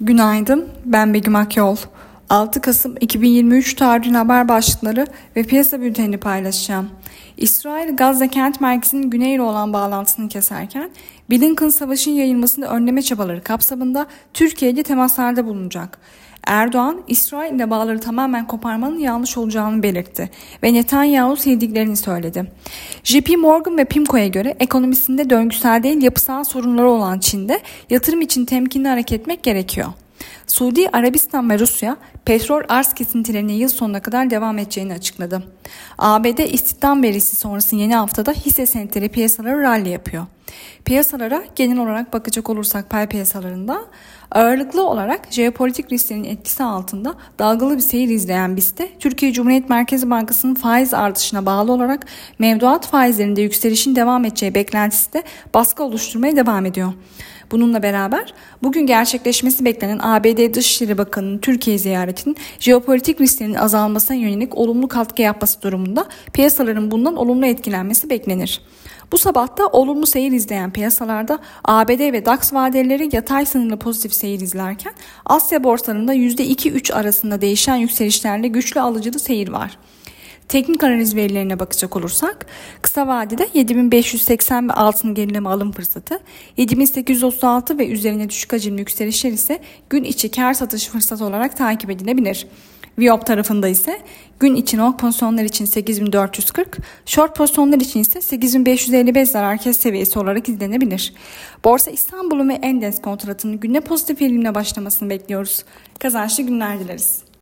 Günaydın, ben Begüm Akyol. 6 Kasım 2023 tarihli haber başlıkları ve piyasa bültenini paylaşacağım. İsrail, Gazze kent merkezinin güneyle olan bağlantısını keserken, Blinken savaşın yayılmasını önleme çabaları kapsamında Türkiye'de temaslarda bulunacak. Erdoğan, İsrail ile bağları tamamen koparmanın yanlış olacağını belirtti ve Netanyahu sevdiklerini söyledi. JP Morgan ve PIMCO'ya göre ekonomisinde döngüsel değil yapısal sorunları olan Çin'de yatırım için temkinli hareket etmek gerekiyor. Suudi Arabistan ve Rusya petrol arz kesintilerine yıl sonuna kadar devam edeceğini açıkladı. ABD istihdam verisi sonrası yeni haftada hisse senetleri piyasaları rally yapıyor. Piyasalara genel olarak bakacak olursak pay piyasalarında ağırlıklı olarak jeopolitik risklerin etkisi altında dalgalı bir seyir izleyen BIST'te Türkiye Cumhuriyet Merkezi Bankası'nın faiz artışına bağlı olarak mevduat faizlerinde yükselişin devam edeceği beklentisi de baskı oluşturmaya devam ediyor. Bununla beraber bugün gerçekleşmesi beklenen ABD Dışişleri Bakanı'nın Türkiye ziyaretinin jeopolitik risklerin azalmasına yönelik olumlu katkı yapması durumunda piyasaların bundan olumlu etkilenmesi beklenir. Bu sabah da olumlu seyir izleyen piyasalarda ABD ve DAX vadeleri yatay sınırlı pozitif seyir izlerken Asya borsalarında %2-3 arasında değişen yükselişlerle güçlü alıcılı seyir var. Teknik analiz verilerine bakacak olursak kısa vadede 7580 ve altın gerileme alım fırsatı, 7836 ve üzerine düşük hacimli yükselişler ise gün içi kar satış fırsatı olarak takip edilebilir. Viyop tarafında ise gün içi long pozisyonlar için 8440, short pozisyonlar için ise 8555 zarar kes seviyesi olarak izlenebilir. Borsa İstanbul'un ve Endeks kontratının güne pozitif eğilimle başlamasını bekliyoruz. Kazançlı günler dileriz.